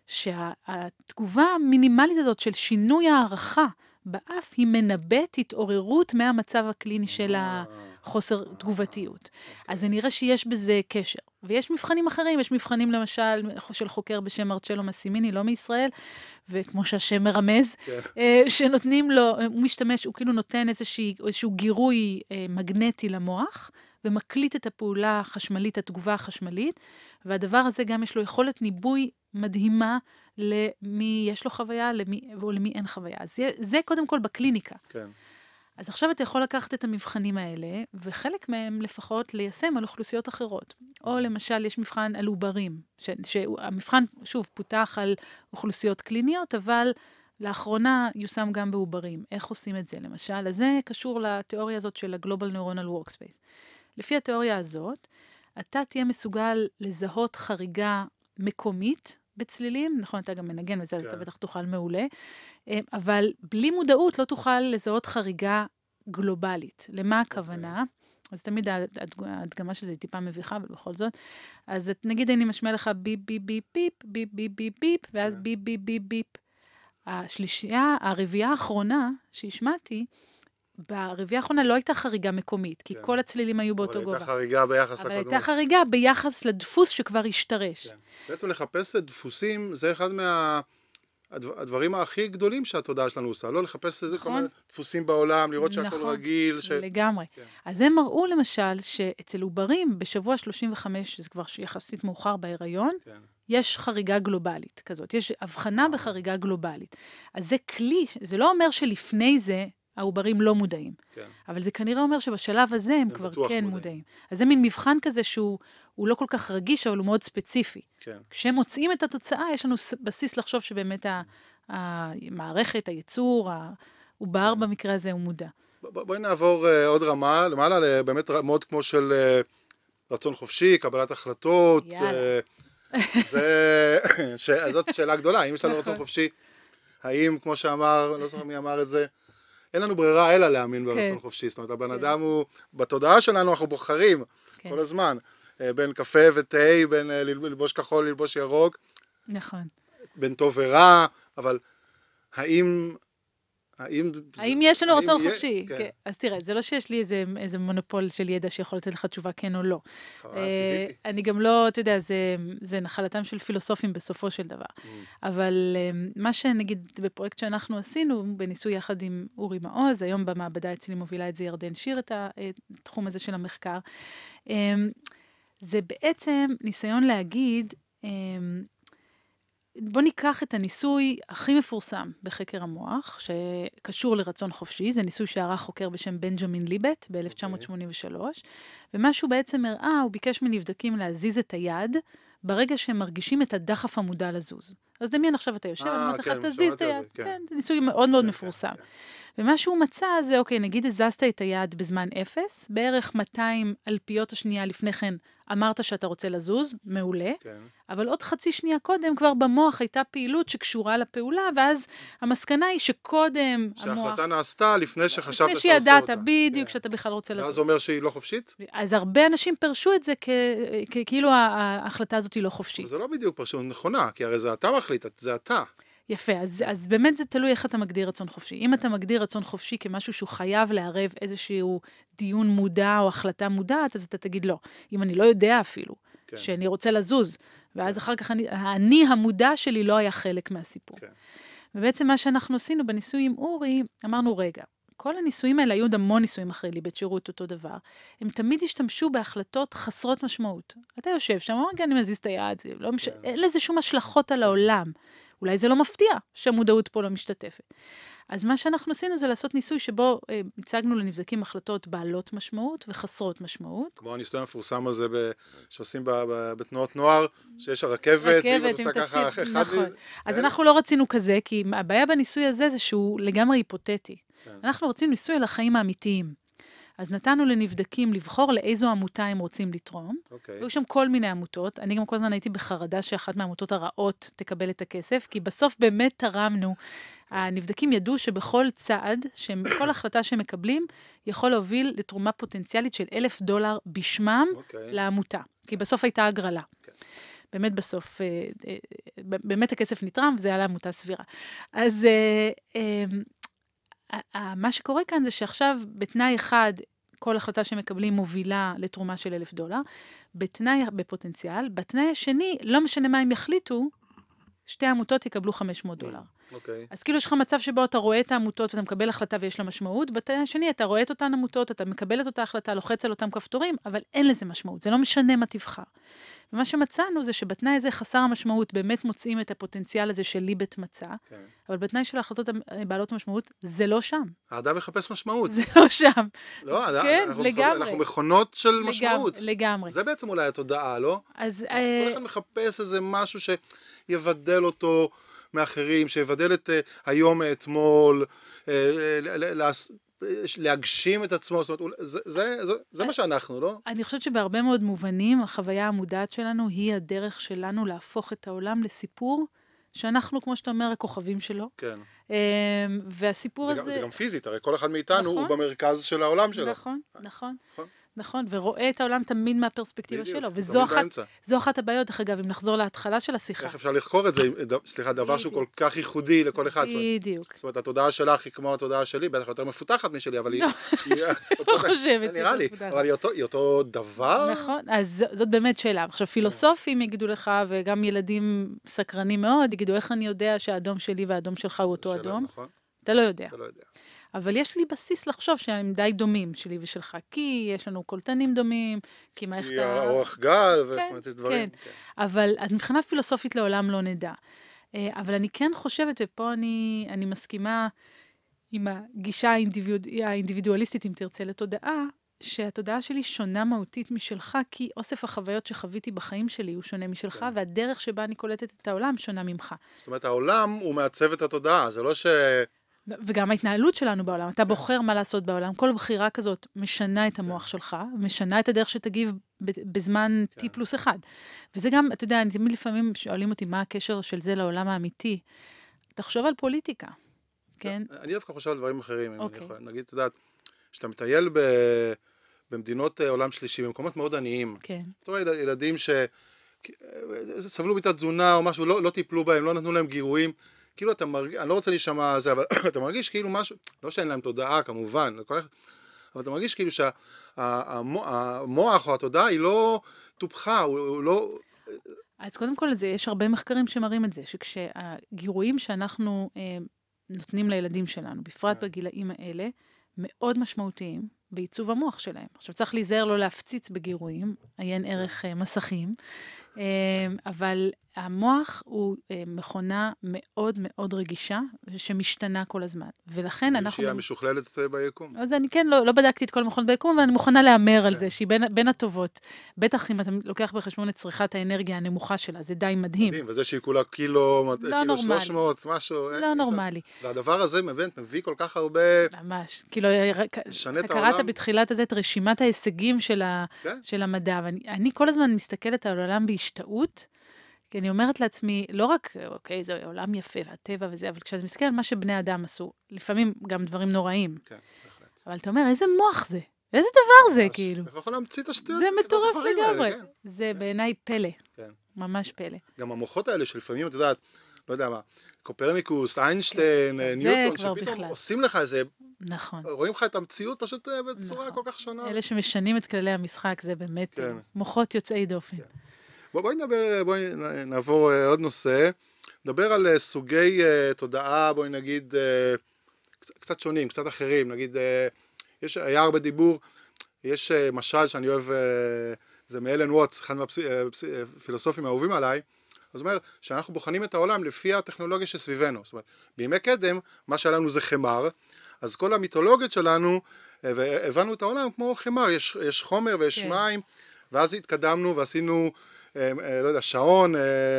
שהתגובה המינימלית הזאת של שינוי הערכה באף, היא מנבאת התעוררות מהמצב הקליני של החוסר תגובתיות. אז זה נראה שיש בזה קשר. ויש מבחנים אחרים, יש מבחנים למשל של חוקר בשם מרצ'לו מסימיני, לא מישראל, וכמו שהשם מרמז, שנותנים לו, הוא משתמש, הוא כאילו נותן איזשהו גירוי מגנטי למוח, ומקליט את הפעולה החשמלית, התגובה החשמלית, והדבר הזה גם יש לו יכולת ניבוי מדהימה למי יש לו חוויה, או למי אין חוויה. אז זה קודם כל בקליניקה. כן. אז עכשיו אתה יכול לקחת את המבחנים האלה, וחלק מהם לפחות ליישם על אוכלוסיות אחרות. או למשל, יש מבחן על עוברים, שהמבחן, שוב, פותח על אוכלוסיות קליניות, אבל לאחרונה יושם גם בעוברים. איך עושים את זה, למשל? אז זה קשור לתיאוריה הזאת של ה-Global Neuronal Workspace. לפי התיאוריה הזאת, אתה תהיה מסוגל לזהות חריגה מקומית בצלילים, נכון, אתה גם מנגן וזה, אתה בטח תוכל מעולה, אבל בלי מודעות לא תוכל לזהות חריגה גלובלית. למה הכוונה? אז תמיד ההדגמה של זה היא טיפה מביכה, אבל בכל זאת. אז נגיד אני משמיע לך ביפ, ביפ, ביפ, ביפ, ביפ, ביפ, ביפ, ביפ, ואז ביפ, ביפ, ביפ, ביפ. הרביעייה האחרונה שהשמעתי, ברביעייה האחרונה לא הייתה חריגה מקומית, כי כל הצלילים היו באותו גובה. הייתה חריגה ביחס לקודמות. אבל הייתה חריגה ביחס לדפוס שכבר השתרש. בעצם לחפש את דפוסים, זה אחד הדברים הכי גדולים שהתודעה שלנו עושה, לא לחפש איזה כל מיני דפוסים בעולם, לראות שהכל רגיל. לגמרי. אז הם הראו למשל שאצל עוברים בשבוע 35, זה כבר יחסית מאוחר בהיריון, יש חריגה גלובלית כזאת, יש הבחנה בחריגה גלובלית. אז זה כלי, זה לא אומר שלפני זה העוברים לא מודעים, אבל זה כנראה אומר שבשלב הזה הם כבר כן מודעים. אז זה מין מבחן כזה שהוא לא כל כך רגיש, אבל הוא מאוד ספציפי. כשהם מוצאים את התוצאה, יש לנו בסיס לחשוב שבאמת המערכת, היצור, העובר במקרה הזה הוא מודע. בואי נעבור עוד רמה, למעלה באמת מאוד כמו של רצון חופשי, קבלת החלטות. זאת שאלה גדולה, האם יש לנו רצון חופשי, האם כמו שאמר, לא זוכר מי אמר את זה, אין לנו ברירה אלא להאמין ברצון חופשי, זאת אומרת, הבן אדם הוא, בתודעה שלנו אנחנו בוחרים כל הזמן, בין קפה ותה, בין ללבוש כחול, ללבוש ירוק, נכון. בין טוב ורע, אבל האם יש לנו רצון חופשי? אז תראה, זה לא שיש לי איזה מונופול של ידע שיכול לתת לך תשובה כן או לא. אני גם לא, אתה יודע, זה נחלתם של פילוסופים בסופו של דבר. אבל מה שנגיד בפרויקט שאנחנו עשינו, בניסוי יחד עם אורי מעוז, היום במעבדה אצלי מובילה את זה ירדן שיר, את התחום הזה של המחקר, זה בעצם ניסיון להגיד, בוא ניקח את הניסוי הכי מפורסם בחקר המוח, שקשור לרצון חופשי, זה ניסוי שערך חוקר בשם בנג'מין ליבט ב-1983, ומה שהוא בעצם הראה, הוא ביקש מנבדקים להזיז את היד, ברגע שהם מרגישים את הדחף המודע לזוז. אז דמיין עכשיו אתה יושב, אני אומרת לך, תזיז את היד. כן, זה ניסוי מאוד מאוד מפורסם. ומה שהוא מצא זה, אוקיי, נגיד הזזת את היד בזמן 0, בערך 200 אלפיות השנייה לפני כן אמרת שאתה רוצה לזוז, מעולה, אבל עוד חצי שנייה קודם כבר במוח הייתה פעילות שקשורה לפעולה, ואז המסקנה היא שקודם שההחלטה נעשתה לפני שחשבת שאתה עושה אותה. לפני שידעת בדיוק שאתה בכלל רוצה לזוז. ואז אומר שהיא לא חופשית? אז הרבה אנשים פרשו את זה כאילו ההחלטה הזאת היא לא חופשית. זה לא בדיוק פרשנות נכונה, כי הרי זה אתה מחליט, זה אתה. יפה, אז באמת זה תלוי איך אתה מגדיר רצון חופשי. אם אתה מגדיר רצון חופשי כמשהו שהוא חייב לערב איזשהו דיון מודע או החלטה מודעת, אז אתה תגיד לא. אם אני לא יודע אפילו שאני רוצה לזוז, ואז אחר כך אני המודע שלי לא היה חלק מהסיפור. ובעצם מה שאנחנו עשינו בניסוי עם אורי, אמרנו רגע, כל הניסויים האלה היו עוד המון ניסויים אחרי ליבט שהראו את אותו דבר, הם תמיד השתמשו בהחלטות חסרות משמעות. אתה יושב שם, רגע אני מזיז את היד, אין לזה שום השלכות על העולם. אולי זה לא מפתיע שהמודעות פה לא משתתפת. אז מה שאנחנו עשינו זה לעשות ניסוי שבו הצגנו לנבדקים החלטות בעלות משמעות וחסרות משמעות. כמו הניסוי המפורסם הזה שעושים בתנועות נוער, שיש הרכבת, ואם את עושה ככה אחד... נכון. אז אנחנו לא רצינו כזה, כי הבעיה בניסוי הזה זה שהוא לגמרי היפותטי. אנחנו רוצים ניסוי על החיים האמיתיים. אז נתנו לנבדקים לבחור לאיזו עמותה הם רוצים לתרום. היו שם כל מיני עמותות. אני גם כל הזמן הייתי בחרדה שאחת מהעמותות הרעות תקבל את הכסף, כי בסוף באמת תרמנו. הנבדקים ידעו שבכל צעד, כל החלטה שהם מקבלים, יכול להוביל לתרומה פוטנציאלית של $1,000 בשמם לעמותה. כי בסוף הייתה הגרלה. באמת בסוף, באמת הכסף נתרם, וזה היה לעמותה סבירה. אז מה שקורה כאן זה שעכשיו בתנאי אחד, כל החלטה שמקבלים מובילה לתרומה של $1,000, בפוטנציאל, בתנאי השני, לא משנה מה הם יחליטו, שתי עמותות יקבלו $500. אז כאילו יש לך מצב שבו אתה רואה את העמותות ואתה מקבל החלטה ויש לה משמעות, בתנאי השני אתה רואה את אותן עמותות, אתה מקבל את אותה החלטה, לוחץ על אותם כפתורים, אבל אין לזה משמעות, זה לא משנה מה תבחר. ומה שמצאנו זה שבתנאי הזה חסר המשמעות, באמת מוצאים את הפוטנציאל הזה של ליבט מצא, אבל בתנאי של ההחלטות בעלות המשמעות, זה לא שם. האדם מחפש משמעות. זה לא שם. לא, אנחנו מכונות של משמעות. לגמרי. זה בעצם אולי התודעה, לא? אז... כל אחד מחפש איזה משהו שיבדל אותו מאחרים, שיבדל את היום מאתמול, להגשים את עצמו, זאת אומרת, זה מה שאנחנו, לא? אני חושבת שבהרבה מאוד מובנים, החוויה המודעת שלנו היא הדרך שלנו להפוך את העולם לסיפור, שאנחנו, כמו שאתה אומר, הכוכבים שלו. כן. והסיפור הזה... זה גם פיזית, הרי כל אחד מאיתנו הוא נכון. במרכז של העולם שלו. נכון, נכון. נכון. נכון, ורואה את העולם תמיד מהפרספקטיבה בדיוק, שלו, תמיד וזו באמצע. אחת הבעיות, דרך אגב, אם נחזור להתחלה של השיחה. איך אפשר לחקור את זה, סליחה, דבר שהוא כל כך ייחודי לכל אחד. בדיוק. זאת אומרת, התודעה שלך היא כמו התודעה שלי, בטח יותר מפותחת משלי, אבל היא... לא חושבת נראה לי, מפותחת. אבל היא אותו דבר? נכון, אז זאת באמת שאלה. עכשיו, פילוסופים יגידו לך, וגם ילדים סקרנים מאוד, יגידו, איך אני יודע שהאדום שלי והאדום שלך הוא אותו שאלה, אדום? נכון. אתה לא יודע. אתה לא יודע. אבל יש לי בסיס לחשוב שהם די דומים, שלי ושלך, כי יש לנו קולטנים דומים, כי מערכת כי האורך גל, זאת כן, אומרת, יש דברים. כן. אבל, אז מבחינה פילוסופית לעולם לא נדע. אבל אני כן חושבת, ופה אני מסכימה עם הגישה האינדיבידואליסטית, אם תרצה, לתודעה, שהתודעה שלי שונה מהותית משלך, כי אוסף החוויות שחוויתי בחיים שלי הוא שונה משלך, כן. והדרך שבה אני קולטת את העולם שונה ממך. זאת אומרת, העולם הוא מעצב את התודעה, זה לא ש... וגם ההתנהלות שלנו בעולם, אתה בוחר מה לעשות בעולם, כל בחירה כזאת משנה את המוח שלך, משנה את הדרך שתגיב בזמן T+1. וזה גם, אתה יודע, אני תמיד לפעמים שואלים אותי מה הקשר של זה לעולם האמיתי. תחשוב על פוליטיקה, כן? אני דווקא חושב על דברים אחרים, אם אני אוקיי. יכול. נגיד, אתה יודעת, כשאתה מטייל במדינות עולם שלישי, במקומות מאוד עניים, כן. אתה רואה ילדים שסבלו מתת תזונה או משהו, לא טיפלו בהם, לא נתנו להם גירויים, כאילו אתה מרגיש, אני לא רוצה להישמע זה, אבל אתה מרגיש כאילו משהו, לא שאין להם תודעה כמובן, אבל אתה מרגיש כאילו שהמוח או התודעה היא לא טופחה, הוא לא... אז קודם כל, יש הרבה מחקרים שמראים את זה, שכשהגירויים שאנחנו נותנים לילדים שלנו, בפרט בגילאים האלה, מאוד משמעותיים בעיצוב המוח שלהם. עכשיו צריך להיזהר לא להפציץ בגירויים, עיין ערך מסכים, אבל המוח הוא מכונה מאוד מאוד רגישה, שמשתנה כל הזמן. ולכן אנחנו... שהיא המשוכללת ביקום. אז אני כן, לא בדקתי את כל המכונות ביקום, אבל אני מוכנה לאמר על זה, שהיא בין הטובות. בטח אם אתה לוקח בחשבון את צריכת האנרגיה הנמוכה שלה, זה די מדהים. מדהים, וזה שהיא כולה קילו 300, משהו. לא נורמלי. והדבר הזה מביא כל כך הרבה... ממש. כאילו, אתה קראת בתחילת הזה את רשימת ההישגים של המדע, ואני כל הזמן מסתכלת על העולם בהשתאות, כי אני אומרת לעצמי, לא רק, אוקיי, זה עולם יפה והטבע וזה, אבל כשאתה מסתכל על מה שבני אדם עשו, לפעמים גם דברים נוראים. כן, בהחלט. אבל אתה אומר, איזה מוח זה? איזה דבר זה, כאילו? איך יכול להמציא את השטויות? זה מטורף לגמרי. כן. זה בעיניי פלא. כן. ממש פלא. גם המוחות האלה שלפעמים, אתה יודעת, לא יודע מה, קופרניקוס, איינשטיין, ניוטון, שפתאום עושים לך איזה... נכון. רואים לך את המציאות פשוט בצורה כל כך שונה. אלה שמשנים את כללי המשחק, זה באמת מוחות יוצאי דופן. בואי נעבור עוד נושא, נדבר על סוגי תודעה, בואי נגיד, קצת שונים, קצת אחרים, נגיד, היה הרבה דיבור, יש משל שאני אוהב, זה מאלן ווטס, אחד מהפילוסופים האהובים עליי, אז הוא אומר שאנחנו בוחנים את העולם לפי הטכנולוגיה שסביבנו, זאת אומרת, בימי קדם, מה שהיה לנו זה חמר, אז כל המיתולוגיות שלנו, והבנו את העולם כמו חמר, יש חומר ויש מים, ואז התקדמנו ועשינו, לא יודע, שעון,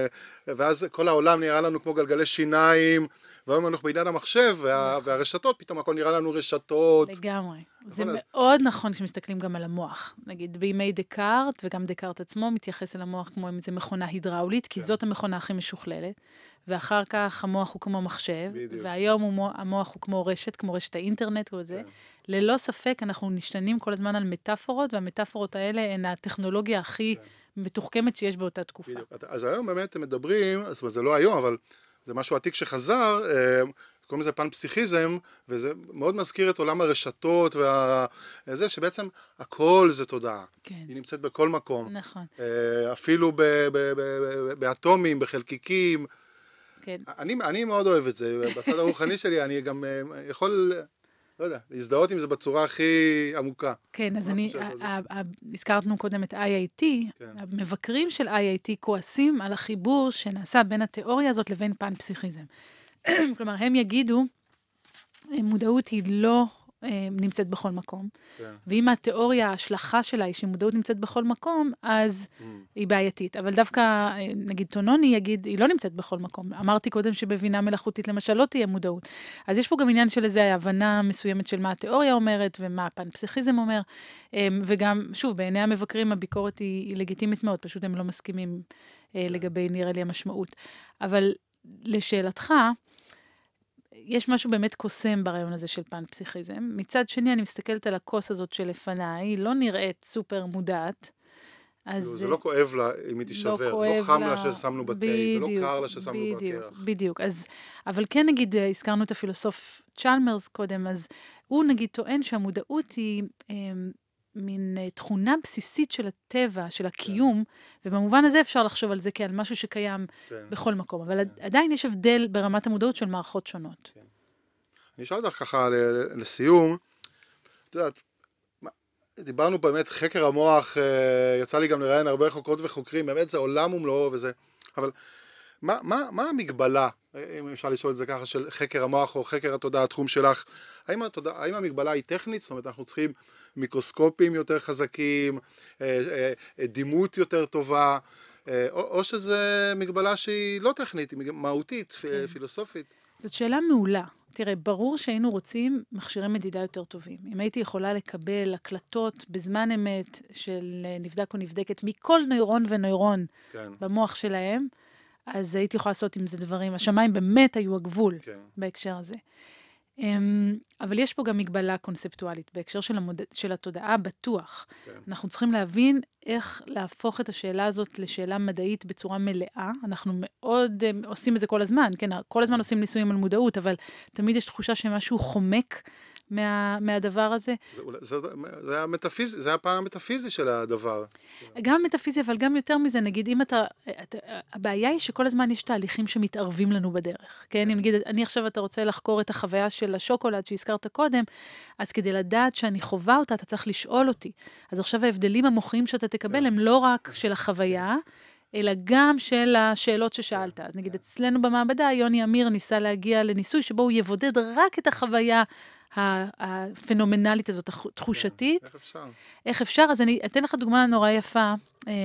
ואז כל העולם נראה לנו כמו גלגלי שיניים, והיום אנחנו בעידן המחשב והרשתות, פתאום הכל נראה לנו רשתות. לגמרי. זה מאוד נכון כשמסתכלים גם על המוח. נגיד, בימי דקארט, וגם דקארט עצמו מתייחס אל המוח כמו אם זה מכונה הידראולית, כי זאת המכונה הכי משוכללת, ואחר כך המוח הוא כמו מחשב, והיום המוח הוא כמו רשת האינטרנט וזה. ללא ספק אנחנו נשתנים כל הזמן על מטאפורות, והמטאפורות האלה הן הטכנולוגיה הכי מתוחכמת שיש באותה תקופה. אז היום באמת הם מדברים, זאת אומרת, זה לא היום, אבל זה משהו עתיק שחזר, קוראים לזה פן פסיכיזם, וזה מאוד מזכיר את עולם הרשתות, וזה שבעצם הכל זה תודעה. כן. היא נמצאת בכל מקום. נכון. אפילו באטומים, בחלקיקים. כן. אני מאוד אוהב את זה, בצד הרוחני שלי אני גם יכול... לא יודע, להזדהות עם זה בצורה הכי עמוקה. כן, אז הזכרנו קודם את IIT, המבקרים של IIT כועסים על החיבור שנעשה בין התיאוריה הזאת לבין פן פסיכיזם. כלומר, הם יגידו, מודעות היא לא נמצאת בכל מקום, ואם התיאוריה, ההשלכה שלה היא שמודעות נמצאת בכל מקום, אז היא בעייתית. אבל דווקא, נגיד, טונוני יגיד, היא לא נמצאת בכל מקום. אמרתי קודם שבבינה מלאכותית למשל לא תהיה מודעות. אז יש פה גם עניין של איזו הבנה מסוימת של מה התיאוריה אומרת, ומה הפן פסיכיזם אומר, וגם, שוב, בעיני המבקרים הביקורת היא לגיטימית מאוד, פשוט הם לא מסכימים לגבי, נראה לי, המשמעות. אבל לשאלתך, יש משהו באמת קוסם ברעיון הזה של פן-פסיכיזם. מצד שני, אני מסתכלת על הכוס הזאת שלפניי, היא לא נראית סופר מודעת. זה לא כואב לה אם היא תישבר, לא חם לה ששמנו בתה, ולא קר לה ששמנו בקרח. בדיוק. אבל כן נגיד, הזכרנו את הפילוסוף צ'למרס קודם, אז הוא נגיד טוען שהמודעות היא מין תכונה בסיסית של הטבע, של הקיום, ובמובן הזה אפשר לחשוב על זה כעל משהו שקיים בכל מקום, אבל עדיין יש הבדל ברמת המודעות של מערכות שונות. אני אשאל אותך ככה לסיום, את יודעת, דיברנו באמת, חקר המוח, יצא לי גם לראיין הרבה חוקרות וחוקרים, באמת זה עולם ומלואו וזה, אבל מה המגבלה, אם אפשר לשאול את זה ככה, של חקר המוח או חקר התודעה, התחום שלך, האם המגבלה היא טכנית? זאת אומרת, אנחנו צריכים מיקרוסקופים יותר חזקים, דימות יותר טובה, או שזה מגבלה שהיא לא טכנית, היא מהותית, פילוסופית? זאת שאלה מעולה. תראה, ברור שהיינו רוצים מכשירי מדידה יותר טובים. אם הייתי יכולה לקבל הקלטות בזמן אמת של נבדק או נבדקת מכל נוירון ונוירון במוח שלהם, אז הייתי יכולה לעשות עם זה דברים. השמיים באמת היו הגבול בהקשר הזה. אבל יש פה גם מגבלה קונספטואלית, בהקשר של התודעה בטוח. אנחנו צריכים להבין איך להפוך את השאלה הזאת לשאלה מדעית בצורה מלאה. אנחנו מאוד עושים את זה כל הזמן, כן? כל הזמן עושים ניסויים על מודעות, אבל תמיד יש תחושה שמשהו חומק מהדבר הזה. זה הפעם המטאפיזי של הדבר. גם מטאפיזי, אבל גם יותר מזה, נגיד, אם הבעיה היא שכל הזמן יש תהליכים שמתערבים לנו בדרך, כן? אם נגיד, עכשיו אתה רוצה לחקור את החוויה של השוקולד שהזכרת קודם, אז כדי לדעת שאני חווה אותה, אתה צריך לשאול אותי. אז עכשיו ההבדלים המוחיים שאתה תקבל הם לא רק של החוויה, אלא גם של השאלות ששאלת. אז נגיד, אצלנו במעבדה, יוני אמיר ניסה להגיע לניסוי שבו הוא יבודד רק את החוויה הפנומנלית הזאת, התחושתית. איך אפשר? איך אפשר? אז אני אתן לך דוגמה נורא יפה.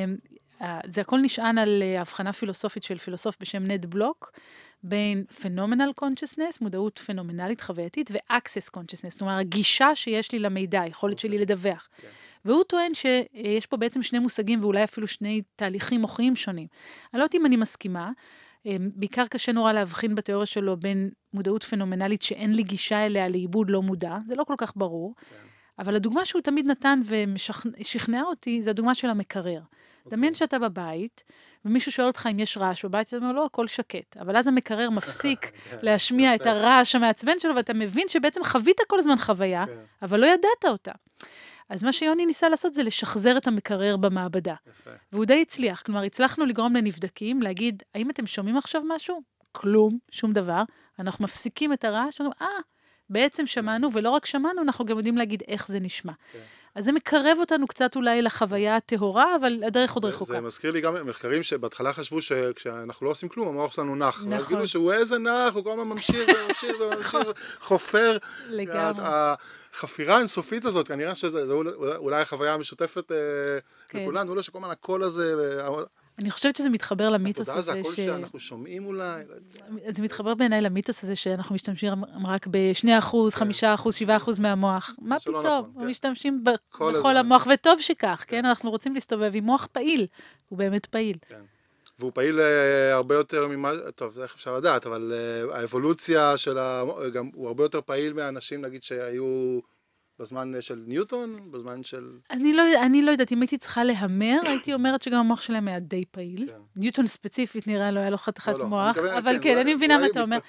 זה הכל נשען על הבחנה פילוסופית של פילוסוף בשם נד בלוק, בין phenomenal consciousness, מודעות פנומנלית חווייתית, ו-access consciousness, זאת אומרת, הגישה שיש לי למידע, יכולת שלי לדווח. והוא טוען שיש פה בעצם שני מושגים, ואולי אפילו שני תהליכים מוחיים שונים. אני לא יודעת אם אני מסכימה, בעיקר קשה נורא להבחין בתיאוריה שלו בין מודעות פנומנלית שאין לי גישה אליה לעיבוד לא מודע, זה לא כל כך ברור, אבל הדוגמה שהוא תמיד נתן ושכנע אותי, זה הדוגמה של המקרר. דמיין שאתה בבית, ומישהו שואל אותך אם יש רעש בבית, אתה אומר לו, הכל שקט. אבל אז המקרר מפסיק להשמיע את הרעש המעצבן שלו, ואתה מבין שבעצם חווית כל הזמן חוויה, אבל לא ידעת אותה. אז מה שיוני ניסה לעשות זה לשחזר את המקרר במעבדה. והוא די הצליח. כלומר, הצלחנו לגרום לנבדקים, להגיד, האם אתם שומעים עכשיו משהו? כלום, שום דבר. אנחנו מפסיקים את הרעש, ואומרים, בעצם שמענו, ולא רק שמענו, אנחנו גם יודעים להגיד איך זה נשמע. אז זה מקרב אותנו קצת אולי לחוויה הטהורה, אבל הדרך עוד רחוקה. זה מזכיר לי גם מחקרים שבהתחלה חשבו שכשאנחנו לא עושים כלום, המוח שלנו נח. נכון. אז גילו שהוא איזה נח, הוא כל הזמן ממשיך וממשיך, חופר. לגמרי. החפירה האינסופית הזאת, כנראה שזה אולי החוויה המשותפת לכולנו, לא שכל הזמן הקול הזה... אני חושבת שזה מתחבר למיתוס הזה. התודעה זה הכל שאנחנו שומעים אולי. זה מתחבר בעיניי למיתוס הזה שאנחנו משתמשים רק ב2%, 5%, 7% מהמוח. מה פתאום? משתמשים בכל המוח, וטוב שכך, כן? אנחנו רוצים להסתובב עם מוח פעיל. הוא באמת פעיל. והוא פעיל הרבה יותר ממה, טוב, זה איך אפשר לדעת, אבל האבולוציה של גם הוא הרבה יותר פעיל מהאנשים, נגיד, שהיו... בזמן של ניוטון, בזמן של... אני לא יודעת, אם הייתי צריכה להמר, הייתי אומרת שגם המוח שלהם היה די פעיל. ניוטון ספציפית נראה לו, היה לו חתיכת מוח, אבל כן, אני מבינה מה אתה אומר.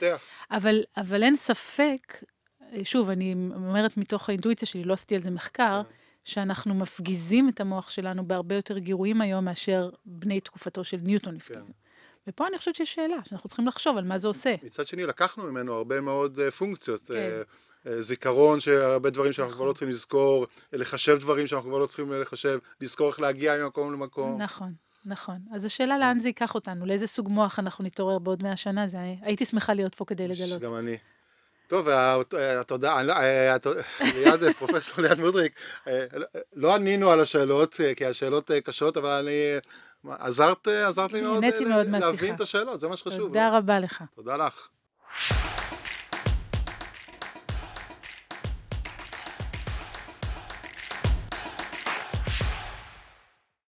אבל אין ספק, שוב, אני אומרת מתוך האינטואיציה שלי, לא עשיתי על זה מחקר, שאנחנו מפגיזים את המוח שלנו בהרבה יותר גירויים היום, מאשר בני תקופתו של ניוטון הפגיזו. ופה אני חושבת שיש שאלה, שאנחנו צריכים לחשוב על מה זה עושה. מצד שני, לקחנו ממנו הרבה מאוד פונקציות. זיכרון, שהרבה דברים שאנחנו כבר לא צריכים לזכור, לחשב דברים שאנחנו כבר לא צריכים לחשב, לזכור איך להגיע ממקום למקום. נכון, נכון. אז השאלה לאן זה ייקח אותנו, לאיזה סוג מוח אנחנו נתעורר בעוד 100 שנה, הייתי שמחה להיות פה כדי לגלות. גם אני. טוב, התודה, פרופסור ליעד מודריק, לא ענינו על השאלות, כי השאלות קשות, אבל עזרת לי מאוד להבין את השאלות, זה מה שחשוב. תודה רבה לך. תודה לך.